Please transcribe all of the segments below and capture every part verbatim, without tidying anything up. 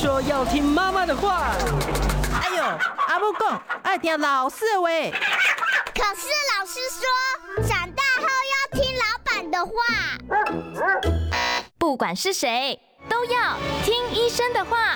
说要听妈妈的话。 哎呦，阿母讲爱听老师的话。 可是老师说，长大后要听老板的话。 不管是谁，都要听医生的话。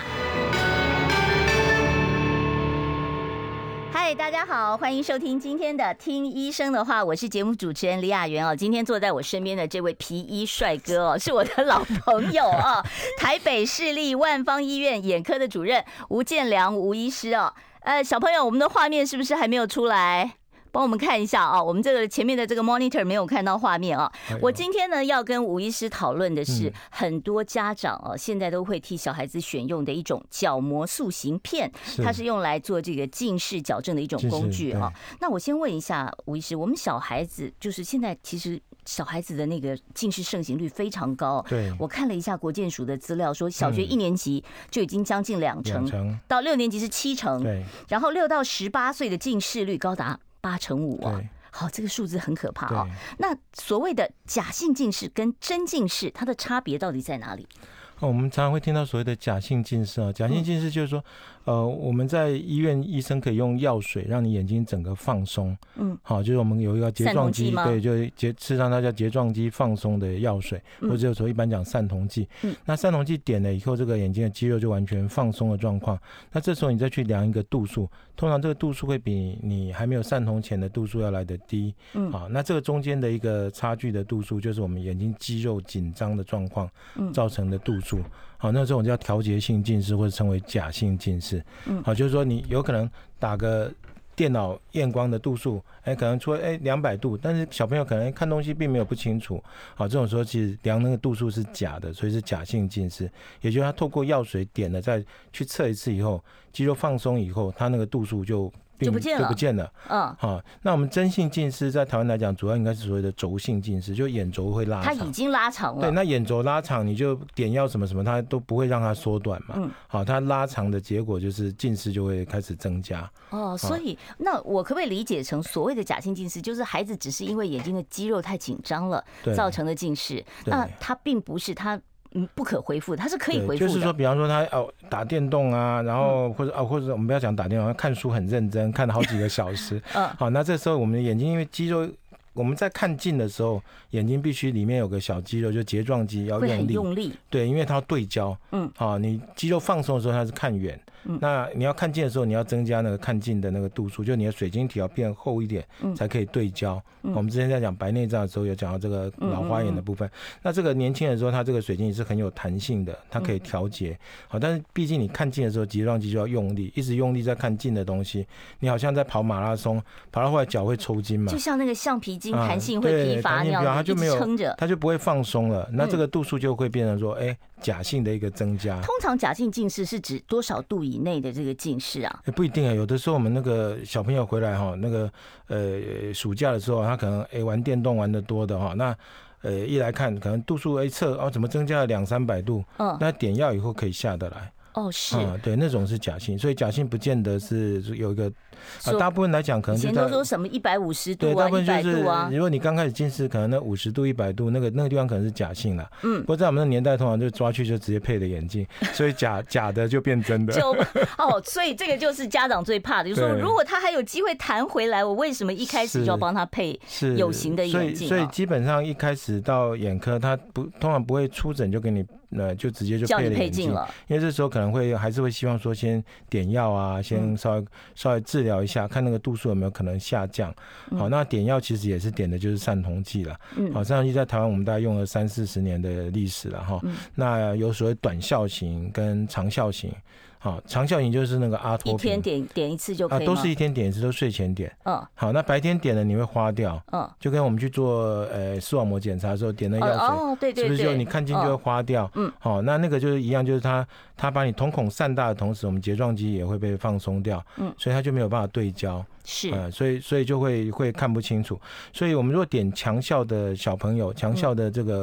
嗨，大家好，欢迎收听今天的《听医生的话》，我是节目主持人李雅媛哦。今天坐在我身边的这位皮衣帅哥哦，是我的老朋友哦，台北市立万芳医院眼科的主任吴建良吴医师哦。呃，小朋友，我们的画面是不是还没有出来？帮我们看一下啊，我们这个前面的这个 monitor 没有看到画面啊。我今天呢要跟吴医师讨论的是，很多家长啊现在都会替小孩子选用的一种角膜塑形片，它是用来做这个近视矫正的一种工具啊。那我先问一下吴医师，我们小孩子就是现在其实小孩子的那个近视盛行率非常高。 对， 我看了一下国健署的资料，说小学一年级就已经将近两成， 嗯、 到六年级是七成， 对，然后六到十八岁的近视率高达八成五啊，好，这个数字很可怕啊。那所谓的假性近视跟真近视，它的差别到底在哪里？ 哦，我们常常会听到所谓的假性近视啊，假性近视就是说，嗯、呃，我们在医院医生可以用药水让你眼睛整个放松，嗯，好，就是我们有一个睫状肌，对，就是睫，事实上它叫睫状肌放松的药水，嗯、或者有时候一般讲散瞳剂，嗯，那散瞳剂点了以后，这个眼睛的肌肉就完全放松的状况，那这时候你再去量一个度数，通常这个度数会比你还没有散瞳前的度数要来得低，嗯，好，那这个中间的一个差距的度数，就是我们眼睛肌肉紧张的状况造成的度数。好，那这种叫调节性近视，或者称为假性近视。嗯，好，就是说你有可能打个电脑验光的度数，哎，可能出哎两百度，但是小朋友可能看东西并没有不清楚。好，这种时候其实量那个度数是假的，所以是假性近视。也就是他透过药水点了，再去测一次以后，肌肉放松以后，他那个度数就。 就不见了， 就不见了。嗯，好，那我们真性近视在台湾来讲，主要应该是所谓的轴性近视，就眼轴会拉长。 它已经拉长了。 对，那眼轴拉长，你就点药什么什么，它都不会让它缩短嘛。嗯，好，它拉长的结果就是近视就会开始增加。 哦，所以那我可不可以理解成所谓的假性近视，就是孩子只是因为眼睛的肌肉太紧张了造成的近视？那它并不是它。嗯，不可恢复，它是可以恢复的。 就是说，比方说他哦打电动啊，然后或者啊、哦、或者我们不要讲打电动，看书很认真，看了好几个小时。嗯，好，那这时候我们的眼睛因为肌肉。我们在看近的时候，眼睛必须里面有个小肌肉，就睫状肌要用力， 会很用力。 对，因为它要对焦。嗯，好，你肌肉放松的时候，它是看远。嗯，那你要看近的时候，你要增加那个看近的那个度数，就你的水晶体要变厚一点，嗯、才可以对焦。嗯、我们之前在讲白内障的时候，有讲到这个老花眼的部分。嗯嗯嗯那这个年轻的时候，它这个水晶体是很有弹性的，它可以调节。好，但是毕竟你看近的时候，睫状肌就要用力，一直用力在看近的东西，你好像在跑马拉松，跑到后来脚会抽筋嘛， 就像那个橡皮筋弹性会疲乏那样子， 它就没有撑着， 它就不会放松了。那这个度数就会变成说，哎、欸，假性的一个增加。 通常假性近视是指多少度以内的这个近视啊？ 欸、不一定啊，有的时候我们那个小朋友回来哈，那个呃暑假的时候，他可能哎、欸、玩电动玩得多的哈，那呃一来看可能度数哎测哦怎么增加了两三百度，嗯，那点药以后可以下得来。 哦，是、 嗯，对，那种是假性，所以假性不见得是有一个，啊，大部分来讲可能就以前都说什么一百五十度啊， 对，大部分就是， 一百度啊， 如果你刚开始近视，可能那五十度、一百度，那个那个地方可能是假性啦。嗯，不过在我们的年代，通常就抓去就直接配的眼镜，所以假假的就变真的。 就哦，所以这个就是家长最怕的，就是说如果他还有机会弹回来，我为什么一开始就要帮他配有形的眼镜？ 所以，所以基本上一开始到眼科，他不通常不会出诊就给你。呃，就直接就配了眼镜了，因为这时候可能会还是会希望说先点药啊，先稍微、嗯、稍微治疗一下，看那个度数有没有可能下降。嗯、好，那点药其实也是点的就是散瞳剂了。嗯，好，散瞳剂在台湾我们大概用了三四十年的历史了哈。嗯、那有所谓短效型跟长效型。好，长效型就是那个阿托品， 一天点点一次就可以吗？ 啊，都是一天点一次，都睡前点。嗯，好，那白天点了你会花掉。嗯，就跟我们去做呃视网膜检查的时候点那药水， 哦，对对对， 是不是就你看近就会花掉？嗯，好，那那个就是一样，就是它它把你瞳孔散大的同时，我们睫状肌也会被放松掉。嗯，所以它就没有办法对焦。 是， 呃，所以所以就会会看不清楚。所以我们如果点强效的小朋友，强效的这个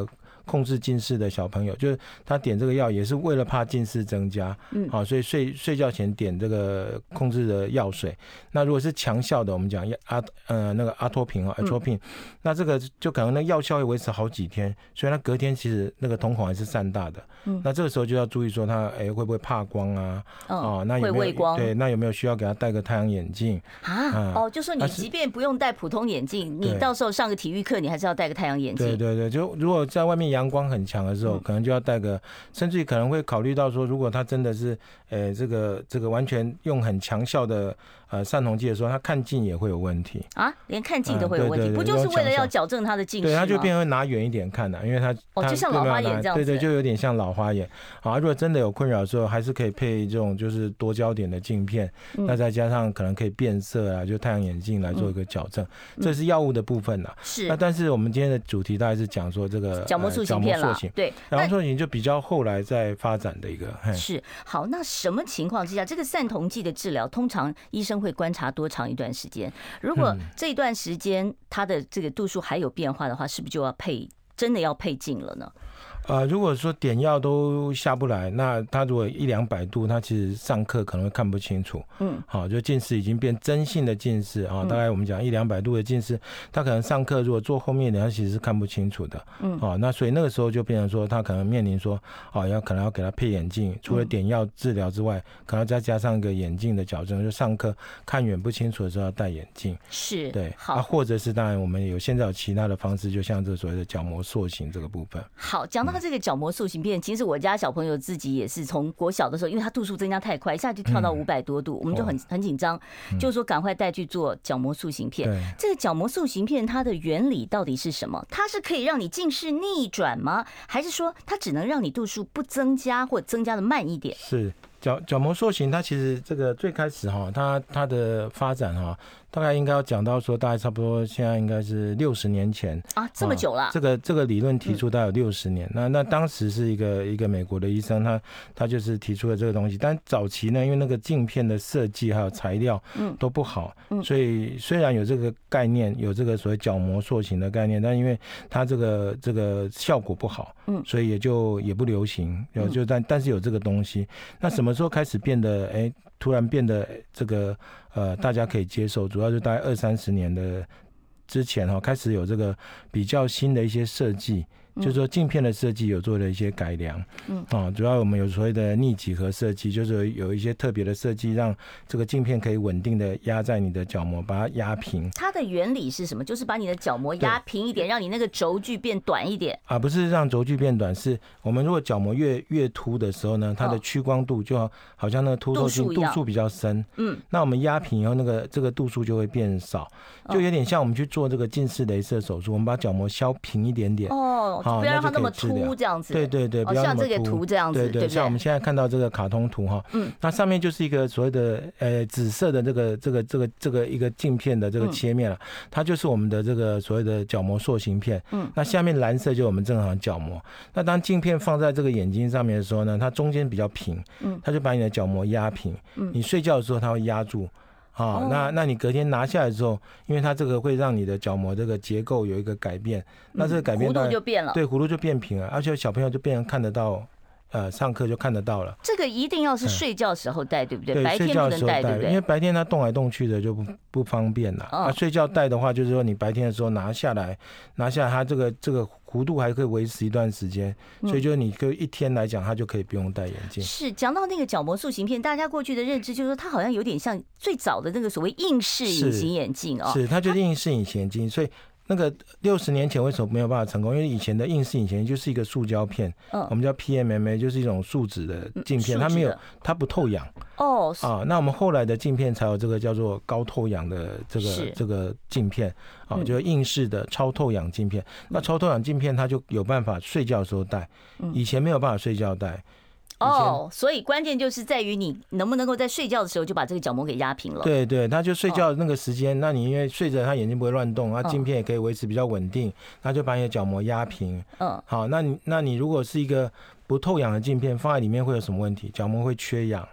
控制近视的小朋友，就是他点这个药也是为了怕近视增加，嗯，好，所以睡睡觉前点这个控制的药水。那如果是强效的，我们讲阿呃那个阿托品啊 atropine， 那这个就可能那药效会维持好几天，所以他隔天其实那个瞳孔还是散大的。嗯，那这个时候就要注意说他哎、欸、会不会怕光啊？ 嗯、 哦，那有没有会畏光？ 对，那有没有需要给他戴个太阳眼镜啊？嗯、哦，就说你即便不用戴普通眼镜，你到时候上个体育课，你还是要戴个太阳眼镜。 对对对，就如果在外面阳光很强的时候，嗯、可能就要戴个，甚至于可能会考虑到说，如果他真的是呃、欸、这个这个完全用很强效的呃散瞳剂的时候，他看近也会有问题啊，连看近都会有问题，嗯、对对对，不就是为了要矫正他的近视吗？ 对，他就变成拿远一点看的、啊，因为他哦，就像老花眼这样子。 对对，就有点像老花眼。啊，如果真的有困扰的时候，还是可以配这种就是多焦点的镜片，嗯、那再加上可能可以变色啊，就太阳眼镜来做一个矫正，嗯、这是药物的部分啦。 是。 那但是我们今天的主题大概是讲说这个角膜塑形片了，对， 角膜塑形就比较后来在发展的一个。 是。好，那什么情况之下，这个散瞳剂的治疗，通常医生会观察多长一段时间？如果这一段时间它的这个度数还有变化的话，是不是就要配真的要配镜了呢？ 呃，如果说点药都下不来，那他如果一两百度，他其实上课可能会看不清楚。嗯，好，就近视已经变真性的近视啊，大概我们讲一两百度的近视，他可能上课如果坐后面的，他其实是看不清楚的。嗯，好，那所以那个时候就变成说，他可能面临说，哦，要可能要给他配眼镜，除了点药治疗之外，可能再加上一个眼镜的矫正，就上课看远不清楚的时候要戴眼镜。 是， 对， 好， 啊，或者是当然我们有现在有其他的方式，就像这所谓的角膜塑形这个部分。 好，讲到这个角膜塑形片，其实我家小朋友自己也是从国小的时候，因为他度数增加太快，一下就跳到五百多度，嗯、我们就很很紧张，嗯、就是说赶快带去做角膜塑形片。这个角膜塑形片它的原理到底是什么？它是可以让你近视逆转吗？还是说它只能让你度数不增加或增加的慢一点？ 是角角膜塑形，它其实这个最开始哈，它它的发展哈。大概应该要讲到说，大概差不多现在应该是六十年前啊，这么久了。啊、 这个这个理论提出大概有六十年，嗯、那那当时是一个一个美国的医生，他他就是提出了这个东西。但早期呢，因为那个镜片的设计还有材料都不好，嗯、所以虽然有这个概念，有这个所谓角膜塑形的概念，但因为它这个这个效果不好，嗯，所以也就也不流行。有就但但是有这个东西，那什么时候开始变得哎？欸突然变得这个呃，大家可以接受，主要就大概二三十年的之前哈，开始有这个比较新的一些设计。就是说镜片的设计有做了一些改良，嗯，啊，主要我们有所谓的逆几何设计，就是有一些特别的设计，让这个镜片可以稳定的压在你的角膜，把它压平。 它的原理是什么？就是把你的角膜压平一点，让你那个轴距变短一点。 啊，不是让轴距变短，是我们如果角膜越越凸的时候呢，它的屈光度就好像那个凸透镜度数比较深，嗯，那我们压平以后，那个这个度数就会变少，就有点像我们去做这个近视雷射手术，我们把角膜削平一点点。 哦。不要让它那么凸，这样子。 对对对，不要那么凸。 像这个图这样子， 对 对, 对, 对，像我们现在看到这个卡通图哈，嗯，那上面就是一个所谓的呃紫色的这个这个这个这个一个镜片的这个切面了，嗯、它就是我们的这个所谓的角膜塑形片，嗯，那下面蓝色就是我们正常角膜。那当镜片放在这个眼睛上面的时候呢，它中间比较平，嗯，它就把你的角膜压平，嗯，你睡觉的时候它会压住。啊、哦，那那你隔天拿下来之后，因为它这个会让你的角膜这个结构有一个改变，那这个改变弧度就变了， 对，弧度就变平了，而且小朋友就变成看得到，呃，上课就看得到了。 这个一定要是睡觉时候戴，对不对？ 对， 白天不能戴，对不对？ 因为白天它动来动去的就不不方便了。哦、啊，睡觉戴的话，就是说你白天的时候拿下来，拿下来它这个这个。弧度还可以维持一段时间，所以就你就一天来讲，它就可以不用戴眼镜。 是讲到那个角膜塑形片，大家过去的认知就是说，它好像有点像最早的那个所谓硬式隐形眼镜哦。 是，它就是硬式隐形眼镜，所以。那个六十年前为什么没有办法成功？因为以前的硬式隐形眼镜就是一个塑胶片，嗯，我们叫 P M M A， 就是一种树脂的镜片，嗯、它没有，它不透氧。哦，啊，那我们后来的镜片才有这个叫做高透氧的这个这个镜片，啊，就是硬式的超透氧镜片。嗯、那超透氧镜片它就有办法睡觉的时候戴，以前没有办法睡觉戴。 哦，所以关键就是在于你能不能够在睡觉的时候就把这个角膜给压平了。 对对，他就睡觉的那个时间，哦、那你因为睡着，他眼睛不会乱动，他镜片也可以维持比较稳定，他就把你的角膜压平。嗯，好，那你那你如果是一个不透氧的镜片放在里面会有什么问题？角膜会缺氧。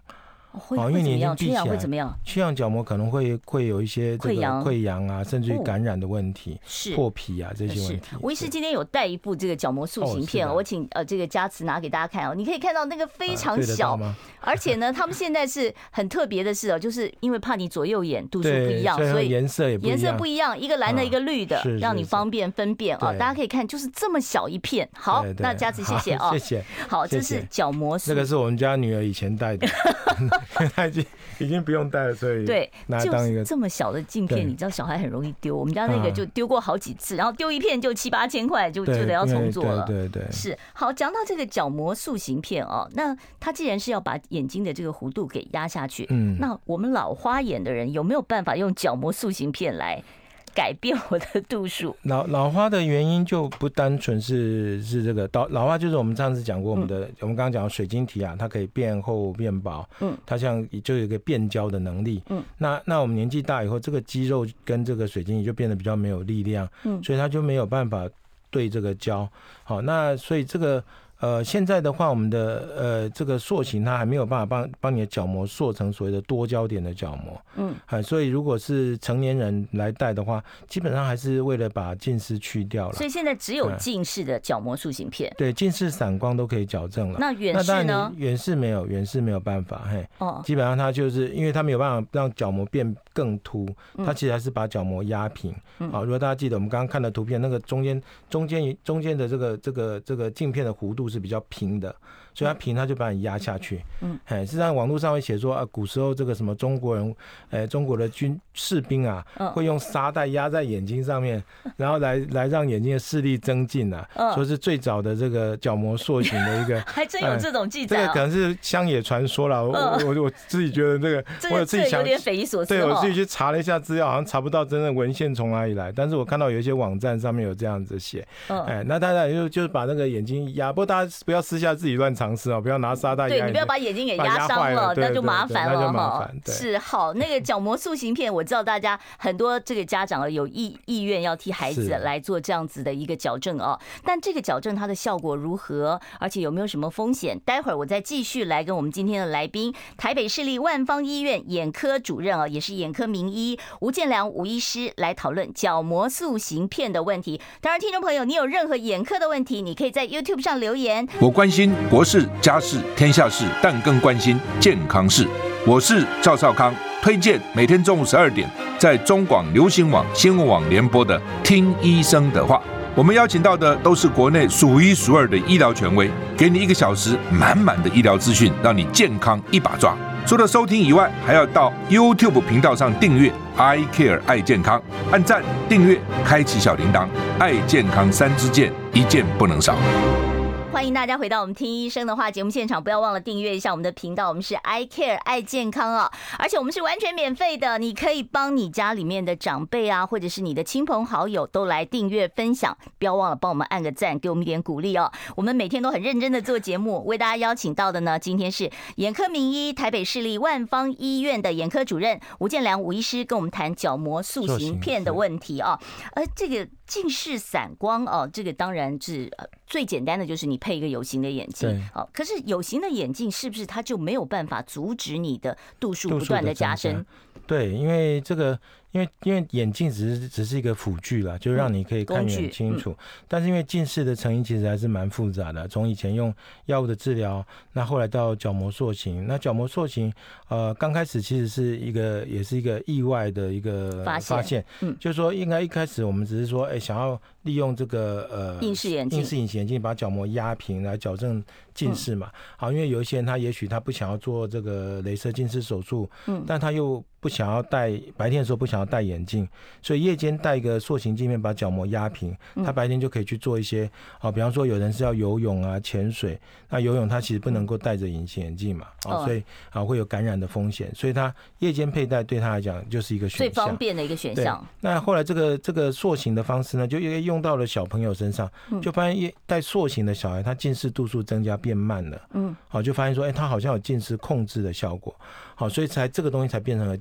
会会怎么样？缺氧会怎么样？ 缺氧角膜可能会会有一些这个溃疡啊，甚至于感染的问题，是破皮啊这些问题。 吴医师今天有带一部这个角膜塑形片，我请呃这个嘉慈拿给大家看哦，你可以看到那个非常小，而且呢，他们现在是很特别的是哦，就是因为怕你左右眼度数不一样，所以颜色也不一样， 颜色不一样，一个蓝的，一个绿的，让你方便分辨哦。大家可以看，就是这么小一片。好，那嘉慈谢谢哦， 谢谢。 好，这是角膜塑， 这个是我们家女儿以前戴的，她已经已经不用戴了，所以对， 拿来当一个这么小的镜片，你知道小孩很容易丢，我们家那个就丢过好几次，然后丢一片就七八千块，就就得要重做了。 对对对， 是。好，讲到这个角膜塑形片哦，那它既然是要把眼睛的这个弧度给压下去，嗯，那我们老花眼的人有没有办法用角膜塑形片来改变我的度数？ 老老花的原因就不单纯是是这个老老花，就是我们上次讲过我们的，嗯、我们刚刚讲的水晶体啊，它可以变厚变薄，嗯，它像就有一个变焦的能力，嗯，那那我们年纪大以后，这个肌肉跟这个水晶体就变得比较没有力量，嗯，所以它就没有办法对这个焦，好，那所以这个。呃，现在的话，我们的呃这个塑形，它还没有办法帮帮你的角膜塑成所谓的多焦点的角膜，嗯，啊，所以如果是成年人来戴的话，基本上还是为了把近视去掉了。 所以现在只有近视的角膜塑形片， 对，近视散光都可以矫正了。 那远视呢？ 远视没有，远视没有办法，嘿，哦，基本上它就是因为它没有办法让角膜变更凸，它其实还是把角膜压平。嗯，好，如果大家记得我们刚刚看的图片，那个中间中间中间的这个这个这个镜片的弧度是比较平的，所以它平，它就把你压下去。嗯，哎，实际上网络上会写说啊，古时候这个什么中国人，呃，中国的军士兵啊，会用沙袋压在眼睛上面，然后来来让眼睛的视力增进啊，说是最早的这个角膜塑形的一个， 还真有这种记载。 这个可能是乡野传说啦，我我我自己觉得这个， 我有自己想有点匪夷所思。 对，我自己去查了一下资料，好像查不到真正文献从哪里来，但是我看到有一些网站上面有这样子写。哎，那大家就就是把那个眼睛压，不过大家不要私下自己乱尝试哦，不要拿沙袋压。 对，你不要把眼睛给压伤了，那就麻烦了哈。是好，那个角膜塑形片，我知道大家很多这个家长有意意愿要替孩子来做这样子的一个矫正哦，但这个矫正它的效果如何，而且有没有什么风险？待会儿我再继续来跟我们今天的来宾，台北市立万芳医院眼科主任啊，也是眼科名医吴建良吴医师来讨论角膜塑形片的问题。当然，听众朋友，你有任何眼科的问题，你可以在 YouTube 上留言。 我关心国事、家事、天下事，但更关心健康事。我是赵少康，推荐每天中午十二点在中广流行网、新闻网联播的《听医生的话》。我们邀请到的都是国内数一数二的医疗权威，给你一个小时满满的医疗资讯，让你健康一把抓。除了收听以外，还要到 YouTube 频道上订阅 I Care 爱健康，按赞、订阅、开启小铃铛，爱健康三支箭，一件不能少。 欢迎大家回到我们听医生的话节目现场，不要忘了订阅一下我们的频道，我们是 I Care 爱健康啊，而且我们是完全免费的，你可以帮你家里面的长辈啊，或者是你的亲朋好友都来订阅分享，不要忘了帮我们按个赞，给我们一点鼓励哦。我们每天都很认真的做节目，为大家邀请到的呢，今天是眼科名医台北市立万芳医院的眼科主任吴建良吴医师，跟我们谈角膜塑形片的问题啊。而这个近视散光哦，这个当然是最简单的，就是你配一个有形的眼镜。好，可是有形的眼镜是不是它就没有办法阻止你的度数不断的加深？ 对，因为这个。因为因为眼镜只是只是一个辅具啦，就让你可以看远清楚。嗯嗯、但是因为近视的成因其实还是蛮复杂的，从以前用药物的治疗，那后来到角膜塑形。那角膜塑形，呃，刚开始其实是一个也是一个意外的一个发现，发现嗯，就是说应该一开始我们只是说，哎、欸，想要利用这个呃硬式眼镜， 硬式隐形眼镜把角膜压平来矫正近视嘛。嗯、好，因为有一些人他也许他不想要做这个雷射近视手术，嗯，但他又不想要戴白天的时候不想要戴眼镜，所以夜间戴一个塑形镜片把角膜压平，他白天就可以去做一些，哦，比方说有人是要游泳啊、潜水，那游泳他其实不能够戴着隐形眼镜嘛，哦，所以啊会有感染的风险，所以他夜间佩戴对他来讲就是一个选项， 最方便的一个选项。 那后来这个这个塑形的方式呢，就用到了小朋友身上，就发现戴塑形的小孩他近视度数增加变慢了，嗯，好，就发现说，哎，他好像有近视控制的效果，好，所以才这个东西才变成了近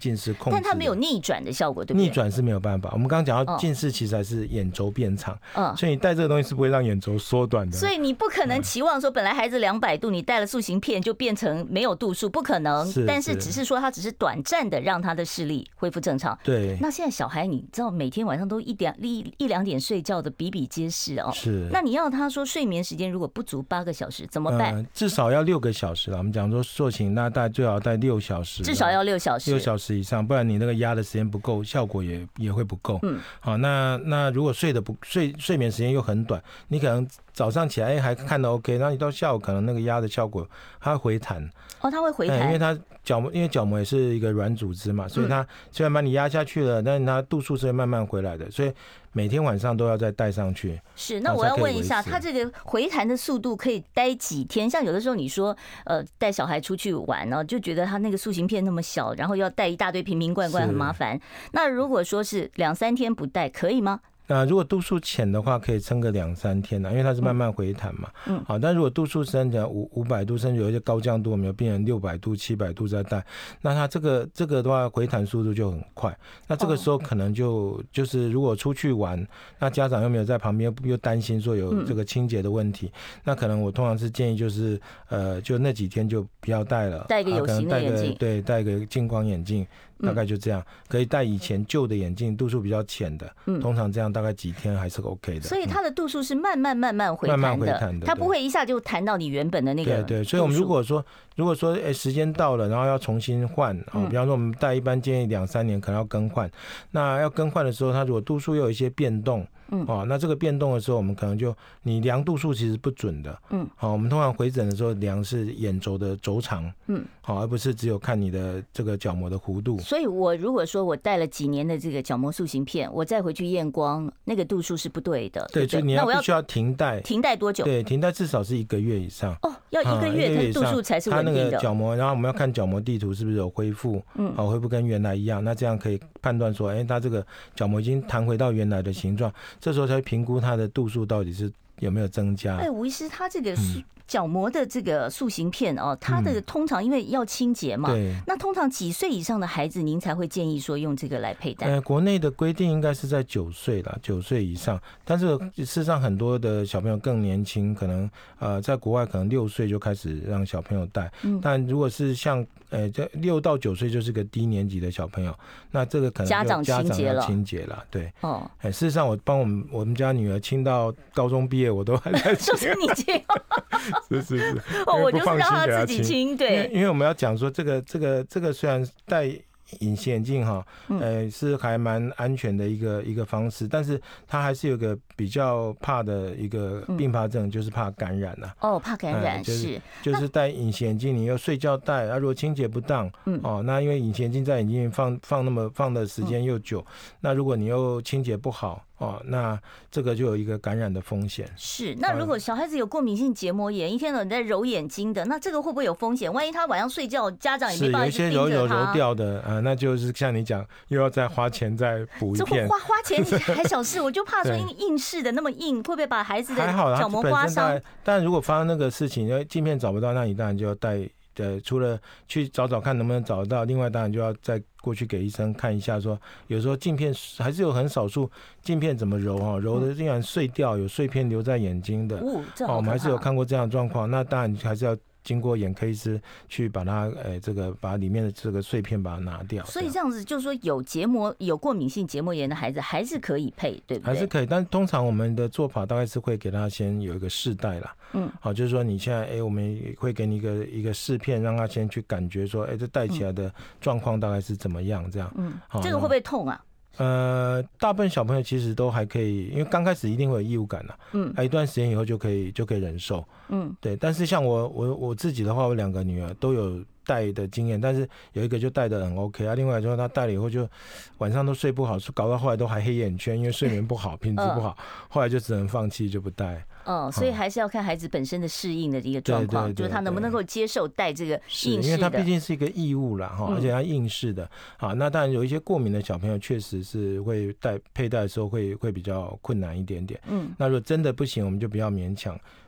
近视控制， 但它没有逆转的效果，对不对？ 逆转是没有办法。我们刚刚讲到近视其实还是眼轴变长， 嗯， 所以你戴这个东西是不会让眼轴缩短的。 所以你不可能期望说本来孩子两百度，你戴了塑形片就变成没有度数，不可能。 是， 但是只是说它只是短暂的让他的视力恢复正常。 对。 那现在小孩你知道每天晚上都一点一一两点睡觉的比比皆是哦。 是。 那你要他说睡眠时间如果不足八个小时怎么办？ 呃、至少要六个小时了。我们讲说做寝，那大概最好戴六小时， 至少要六小时， 六小时以上，不然你那个压的时间不够，效果也也会不够。嗯，好，那那如果睡的不睡睡眠时间又很短，你可能早上起来、欸、还看到 OK， 然后你到下午可能那个压的效果它会回弹。 哦，它会回弹， 因为它角膜，因为角膜也是一个软组织嘛，所以它虽然把你压下去了，但是它度数是会慢慢回来的，所以每天晚上都要再戴上去。 是，那我要问一下，它这个回弹的速度可以待几天？像有的时候你说，呃，带小孩出去玩呢，就觉得他那个塑形片那么小，然后要带一大堆瓶瓶罐罐，很麻烦。那如果说是两三天不戴，可以吗？ 那如果度数浅的话，可以撑个两三天啊，因为它是慢慢回弹嘛。嗯。好，但如果度数深，讲五五百度，甚至有一些高降度，我们有病人六百度、七百度在戴，那它这个这个的话，回弹速度就很快。那这个时候可能就就是如果出去玩，那家长又没有在旁边，又担心说有这个清洁的问题，嗯、那可能我通常是建议就是呃，就那几天就不要戴了， 戴一个有形的眼镜， 对，戴个镜框眼镜。大概就这样，可以戴以前旧的眼镜，度数比较浅的，嗯，通常这样大概几天还是 OK 的。 所以它的度数是慢慢慢慢回弹的，慢慢回弹的，它不会一下就弹到你原本的那个。 对对，所以我们如果说如果说哎时间到了，然后要重新换啊，比方说我们戴一般建议两三年可能要更换，那要更换的时候，它如果度数又有一些变动。嗯，哦，那这个变动的时候，我们可能就你量度数其实不准的，嗯，好、哦，我们通常回诊的时候量是眼轴的轴长，嗯，好、哦，而不是只有看你的这个角膜的弧度。 所以我如果说我戴了几年的这个角膜塑形片，我再回去验光，那个度数是不对的， 对，所以你要必须要停戴， 停戴多久？ 对，停戴至少是一个月以上。 哦，要一个月它度数才是稳定的。 它那个角膜，然后我们要看角膜地图是不是有恢复，嗯，好、哦，恢复跟原来一样，那这样可以判断说，哎、欸，它这个角膜已经弹回到原来的形状，这时候才会评估它的度数到底是有没有增加。 哎，吴医师，他这个角膜的这个塑形片哦，它的通常因为要清洁嘛，对，那通常几岁以上的孩子，您才会建议说用这个来佩戴？ 呃，国内的规定应该是在九岁啦，九岁以上。但是事实上，很多的小朋友更年轻，可能呃，在国外可能六岁就开始让小朋友戴。嗯，但如果是像呃，这六到九岁就是个低年级的小朋友，那这个可能家长清洁了， 清洁了，对。哦，哎，事实上我帮我们我们家女儿清到高中毕业，我都还在清。 就是你清。 是是是， 哦，我就是让他自己清，对， 因为因为我们要讲说这个这个这个虽然戴隐形眼镜哈，呃，是还蛮安全的一个一个方式，但是它还是有个比较怕的一个并发症，就是怕感染啊。 哦，怕感染、 嗯、就是是就是戴隐形眼镜，你又睡觉戴，啊，如果清洁不当，嗯，哦，那因为隐形眼镜在眼睛里放放那么放的时间又久，那如果你又清洁不好。哦，那这个就有一个感染的风险。 是，那如果小孩子有过敏性结膜炎，一天到晚在揉眼睛的，那这个会不会有风险？万一他晚上睡觉，家长也没办法去盯着他。是，有一些揉揉揉掉的啊，那就是像你讲，又要再花钱再补一片。 这花花钱还小事，我就怕说因为硬式的那么硬，会不会把孩子的角膜刮伤？ 但如果发生那个事情，因为镜片找不到，那你当然就要戴。呃，除了去找找看能不能找得到，另外当然就要再过去给医生看一下说，说有时候镜片还是有很少数镜片怎么揉哈，揉的竟然碎掉，有碎片留在眼睛的。 哦，这好可怕。 哦，我们还是有看过这样的状况。那当然还是要经过眼科医师去把它，呃，这个把里面的这个碎片把它拿掉。 所以这样子就是说，有结膜、有过敏性结膜炎的孩子还是可以配，对不对？ 还是可以，但通常我们的做法大概是会给他先有一个试戴啦。嗯，好，就是说你现在，哎、欸，我们会给你一个一个试片，让他先去感觉说，哎、欸，这戴起来的状况大概是怎么样？这样，嗯， 这个会不会痛啊？ 呃，大部分小朋友其实都还可以，因为刚开始一定会有异物感啦，嗯，啊，一段时间以后就可以就可以忍受，嗯，对。但是像我我我自己的话，我两个女儿都有戴的经验，但是有一个就戴的很 OK 啊，另外就是她戴了以后就晚上都睡不好，搞到后来都还黑眼圈，因为睡眠不好，品质不好，后来就只能放弃就不戴。 哦，所以还是要看孩子本身的适应的一个状况，就是他能不能够接受戴这个硬式的， 因为它毕竟是一个异物啦，哈、嗯，而且它硬式的，啊，那当然有一些过敏的小朋友确实是会戴佩戴的时候会会比较困难一点点，嗯，那如果真的不行，我们就不要勉强。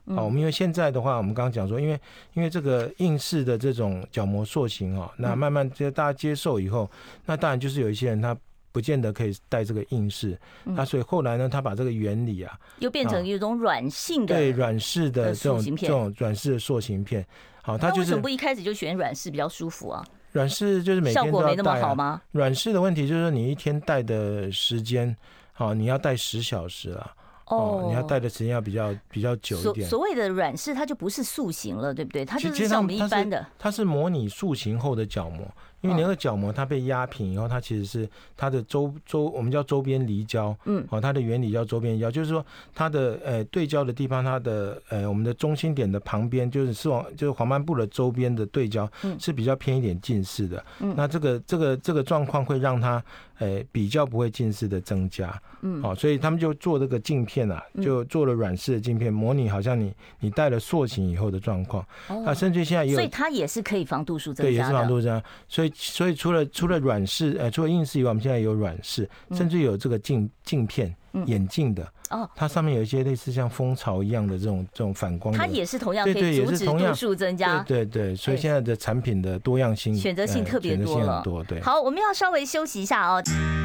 好，我们因为现在的话，我们刚刚讲说，因为因为这个硬式的这种角膜塑形哦，那慢慢就大家接受以后，那当然就是有一些人他不见得可以戴这个硬式，那所以后来呢，他把这个原理啊， 又变成一种软性的， 对软式的这种这种软式的塑形片。好，它就是为什么不一开始就选软式比较舒服啊？ 软式就是每天都要戴、啊、效果没那么好吗？ 软式的问题就是说你一天戴的时间，好，你要戴十小时了。哦，你要戴的时间要比较比较久一点。 所谓的软式，它就不是塑形了，对不对？它就是像我们一般的， 它是模拟塑形后的角膜。因为你那个角膜它被压平以后，它其实是它的周周我们叫周边离焦，嗯，哦，它的原理叫周边离焦，就是说它的呃对焦的地方，它的呃我们的中心点的旁边，就是视网就是黄斑部的周边的对焦是比较偏一点近视的，嗯，那这个这个这个状况会让它呃比较不会近视的增加，嗯，好，所以他们就做这个镜片啊，就做了软式的镜片，模拟好像你你戴了塑形以后的状况，哦，啊，甚至现在也有， 所以它也是可以防度数增加的， 对，也是防度数增加，所以。所以除了除了软式，呃，除了硬式以外，我们现在有软式，甚至有这个镜镜片、眼镜的，哦，它上面有一些类似像蜂巢一样的这种这种反光的， 它也是同样可以阻止度数增加， 对对对，所以现在的产品的多样性、 选择性特别多了， 多对。 好，我们要稍微休息一下哦。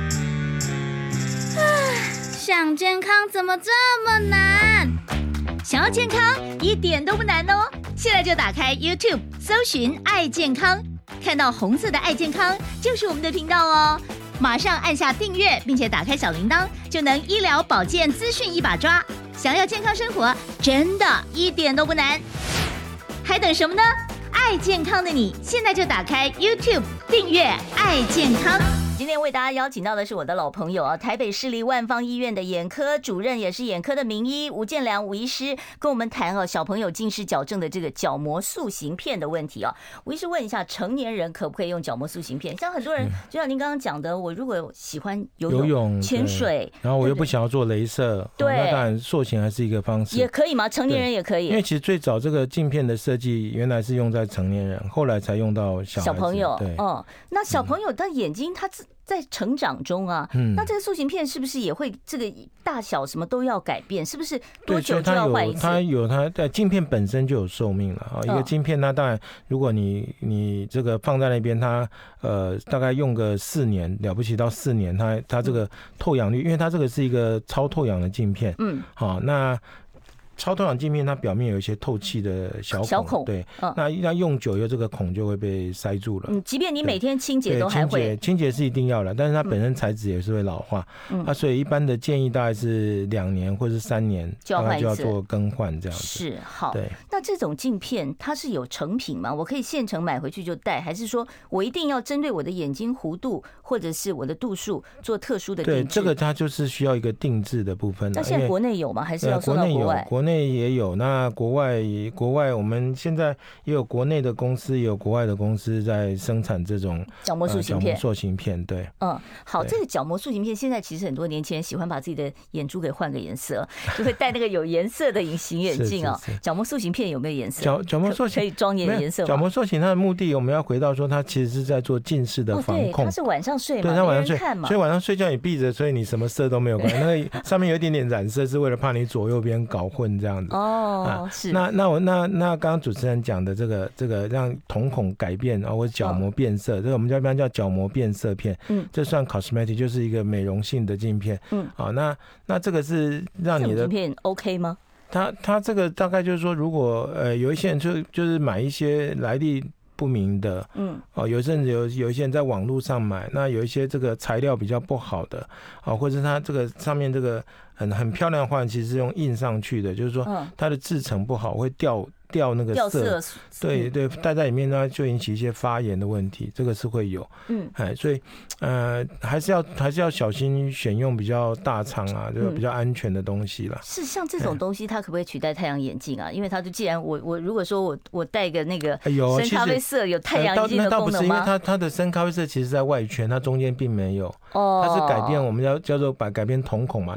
想健康怎么这么难？ 想要健康一点都不难哦，现在就打开 YouTube 搜寻爱健康。看到红色的爱健康就是我们的频道哦，马上按下订阅，并且打开小铃铛，就能医疗保健资讯一把抓。想要健康生活，真的一点都不难，还等什么呢？爱健康的你，现在就打开 YouTube 订阅爱健康。今天为大家邀请到的是我的老朋友啊，台北市立万芳医院的眼科主任，也是眼科的名医吴建良吴医师，跟我们谈哦小朋友近视矫正的这个角膜塑形片的问题哦。吴医师问一下，成年人可不可以用角膜塑形片？像很多人，就像您刚刚讲的，我如果喜欢游泳、游泳潜水， 然后我又不想要做雷射，对，哦、那当然塑形还是一个方式， 也可以吗？成年人也可以？ 因为其实最早这个镜片的设计原来是用在成年人，后来才用到小小朋友。 对， 哦、嗯，那小朋友他眼睛他在成长中啊，嗯，那这个塑形片是不是也会这个大小什么都要改变？是不是多久就要换一次？ 它有它的镜片本身就有寿命了啊。一个镜片，那当然，如果你你这个放在那边，它呃大概用个四年了不起到四年，它它这个透氧率，因为它这个是一个超透氧的镜片，嗯，好，那。超透氧镜片它表面有一些透气的小孔，小孔对，嗯、那那用久以后这个孔就会被塞住了。 嗯，即便你每天清洁都还会， 清洁清洁是一定要的，但是它本身材质也是会老化，嗯，啊，所以一般的建议大概是两年或是三年就要换一次，就要做更换这样子。 是好， 对。 那这种镜片它是有成品吗？我可以现成买回去就戴，还是说我一定要针对我的眼睛弧度或者是我的度数做特殊的定制？ 对，这个它就是需要一个定制的部分。 那现在国内有吗？还是要送到国外？ 国内也有，那国外国外我们现在也有国内的公司，也有国外的公司在生产这种角膜塑形片。 角膜塑形片，对， 嗯，好，这个角膜塑形片现在其实很多年轻人喜欢把自己的眼珠给换个颜色，就会戴那个有颜色的隐形眼镜哦。角膜塑形片有没有颜色？ 角角膜塑形可以装眼颜色吗？ 角膜塑形它的目的，我们要回到说，它其实是在做近视的防控。 它是晚上睡嘛， 对，它晚上睡看嘛， 所以晚上睡觉你闭着，所以你什么色都没有关系。那个上面有一点点染色，是为了怕你左右边搞混这样子。哦。啊、是那那我那那刚刚主持人讲的这个这个让瞳孔改变啊，或者角膜变色，哦、这个我们一般叫角膜变色片，嗯，这算 cosmetic， 就是一个美容性的镜片，嗯，好，那那这个是让你的镜片 OK 吗？ 它它这个大概就是说，如果呃有一些人就就是买一些来历不明的，嗯，哦，有阵子有有一些人在网络上买，那有一些这个材料比较不好的，啊，或者它这个上面这个很很漂亮的话，其实是用印上去的，就是说它的制成不好，会掉掉那个色，色对对，戴在里面呢就引起一些发炎的问题，这个是会有，嗯，哎，所以呃还是要还是要小心选用比较大厂啊，就比较安全的东西啦。 是像这种东西，它可不可以取代太阳眼镜啊？因为它就既然我我如果说我我戴个那个深咖啡色有太阳眼镜的功能吗？ 那倒不是，因为它它的深咖啡色其实在外圈，它中间并没有，哦，它是改变我们要叫做把改变瞳孔嘛，你看， 所以它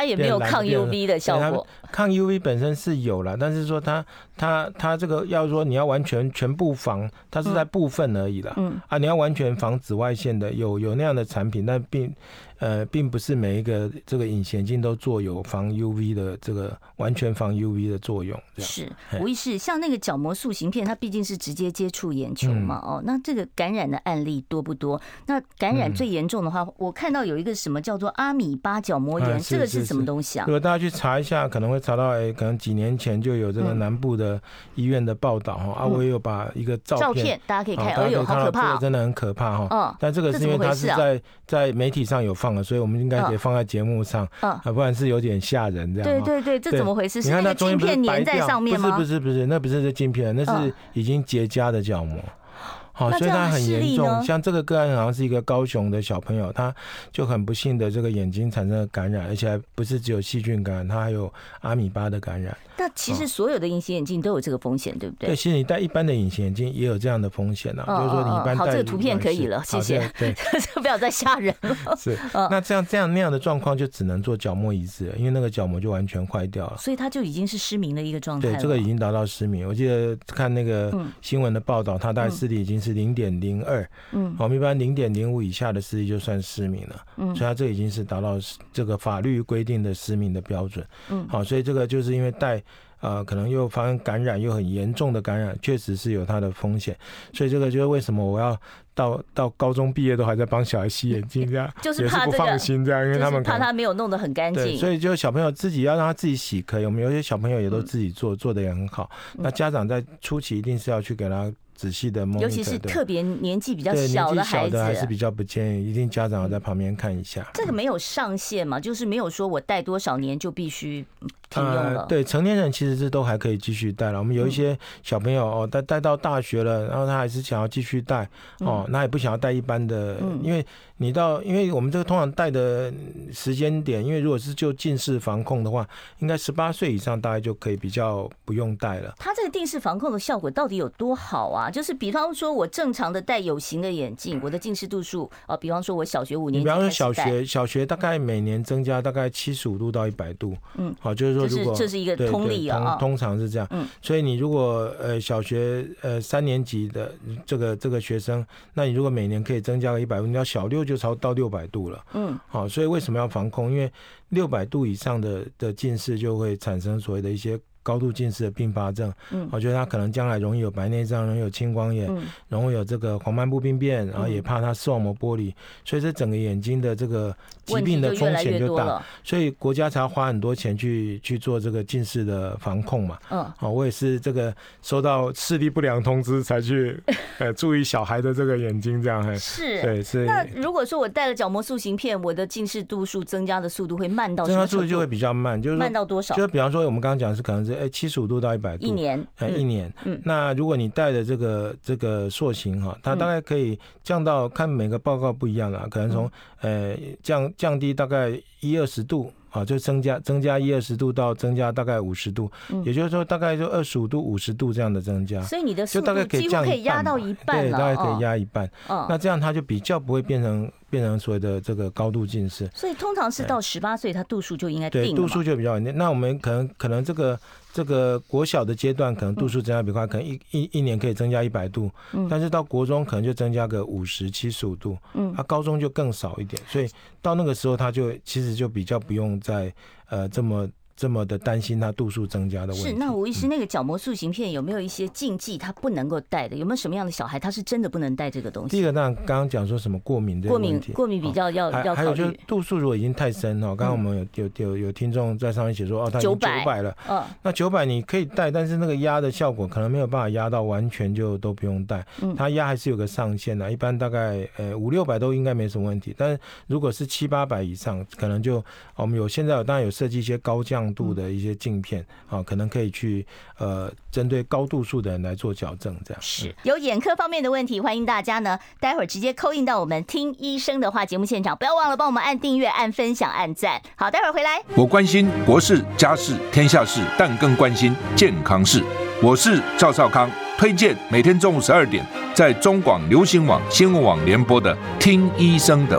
它也没有抗 U V 的效果。 抗 U V 本身是有啦，但是说它它它这个要说你要完全全部防，它是在部分而已啦。嗯啊，你要完全防紫外线的，有有那样的产品，但并呃并不是每一个这个隐形眼镜都做有防 U V 的这个完全防 U V 的作用。 是，吴医师，像那个角膜塑形片，它毕竟是直接接触眼球嘛，嗯、哦，那这个感染的案例多不多？那感染最严重的话，嗯、我看到有一个什么叫做阿米巴角膜炎，啊、这个是什么东西啊？ 如果大家去查一下，可能会查到，哎、欸，可能几年前就有这个南部的医院的报道哈、嗯、啊，我也有把一个照片，照片大家可以看，哎呦，好可怕、哦， 真的很可怕哈。嗯，但这个是因为它是在、啊、在媒体上有放的，所以我们应该可以放在节目上，嗯，啊，不然是有点吓人这样。 对对对，这怎么回事？是那个镜片粘在上面吗？ 不是不是不是，那不是这镜片，那是已经结痂的角膜。好，所以它很严重。像这个个案好像是一个高雄的小朋友，他就很不幸的这个眼睛产生了感染，而且还不是只有细菌感染，他还有阿米巴的感染。 那其实所有的隐形眼镜都有这个风险，对不对？ 对，其实你戴一般的隐形眼镜也有这样的风险啊，哦、就是说你一般戴。 好，这个图片可以了，谢谢。对，不要再吓人了。 是，那这样这样那样的状况就只能做角膜移植了，因为那个角膜就完全坏掉了。 所以他就已经是失明的一个状态了。 对，这个已经达到失明。我记得看那个新闻的报道，他大概视力已经是零点零二，嗯，我们一般零点零五以下的视力就算失明了，嗯，所以他这已经是达到这个法律规定的失明的标准，嗯，好，所以这个就是因为戴。呃，可能又发生感染，又很严重的感染，确实是有它的风险，所以这个就是为什么我要到到高中毕业都还在帮小孩洗眼镜这样， 就是怕、 这个、也是不放心这样，因为他们怕他没有弄得很干净， 所以就小朋友自己要让他自己洗可以，我们有些小朋友也都自己做，嗯、做得也很好。那家长在初期一定是要去给他仔细的 monitor， 尤其是特别年纪比较小的孩子， 年纪小的还是比较不建议，一定家长要在旁边看一下。 这个没有上限嘛，就是没有说我戴多少年就必须停用了。 呃、对，成年人其实是都还可以继续戴了。我们有一些小朋友哦，戴戴到大学了，然后他还是想要继续戴哦，那也不想要戴一般的，嗯、因为你到，因为我们这个通常戴的时间点，因为如果是就近视防控的话，应该十八岁以上大概就可以比较不用戴了。 它这个近视防控的效果到底有多好啊？就是比方说我正常的戴有形的眼镜，我的近视度数哦，比方说我小学五年级， 比方说小学小学大概每年增加大概七十五度到一百度，嗯，好，就是说如果这是一个通例啊、哦， 通通常是这样，嗯，所以你如果呃小学呃三年级的这个这个学生，那你如果每年可以增加个一百度，你要小六就超到六百度了，嗯，好，所以为什么要防控？因为六百度以上的的近视就会产生所谓的一些高度近视的并发症，嗯，我觉得他可能将来容易有白内障，容易有青光眼，嗯、容易有这个黄斑部病变，然后也怕他视网膜剥离，所以这整个眼睛的这个疾病的风险就大，所以国家才要花很多钱去去做这个近视的防控嘛。嗯，好，我也是这个收到视力不良通知才去呃注意小孩的这个眼睛，这样是， 对，是。 那如果说我戴了角膜塑形片，我的近视度数增加的速度会慢到什么程度？ 增加速度就会比较慢，就是慢到多少？ 就是比方说我们刚刚讲的是可能是。哎，七十五度到一百度， 一年， 哎、嗯，一年。嗯，那如果你戴的这个这个塑形哈，它大概可以降到，看每个报告不一样啦，可能从、嗯、呃降降低大概一二十度。啊，就增加增加一二十度到增加大概五十度，嗯、也就是说大概就二十五度、五十度这样的增加， 所以你的速度几乎可以压到一半了， 对，大概可以压一半。哦、那这样它就比较不会变成变成所谓的这个高度近视。 所以通常是到十八岁，它度数就应该定了。 对，度数就比较稳定。那我们可能可能这个这个国小的阶段，可能度数增加比较快，可能一一一年可以增加一百度，嗯、但是到国中可能就增加个五十、七十五度，嗯，啊，高中就更少一点，所以到那个时候，它就其实就比较不用再呃这么。这么的担心它度数增加的问题。 是，那吴医师，那个角膜塑形片有没有一些禁忌，它不能够戴的？有没有什么样的小孩他是真的不能戴这个东西？ 第一个，当然刚刚讲说什么过敏这个问题， 过敏过敏比较要、哦、要考虑。还有就是度数如果已经太深哦，刚刚我们有有有有听众在上面写说哦，他已经九百了，嗯，那九百你可以戴，但是那个压的效果可能没有办法压到完全就都不用戴，嗯，它压还是有个上限的，一般大概呃五六百都应该没什么问题，但是如果是七八百以上，可能就我们有现在有当然有设计一些高降度的一些镜片啊，可能可以去呃针对高度数的人来做矫正，这样是有眼科方面的问题，欢迎大家呢待会儿直接call in到我们听医生的话节目现场，不要忘了帮我们按订阅、按分享、按赞。好，待会儿回来。 我关心国事、家事、天下事，但更关心健康事。我是赵少康，推荐每天中午十二点在中广流行网、新闻网联播的《听医生的话》。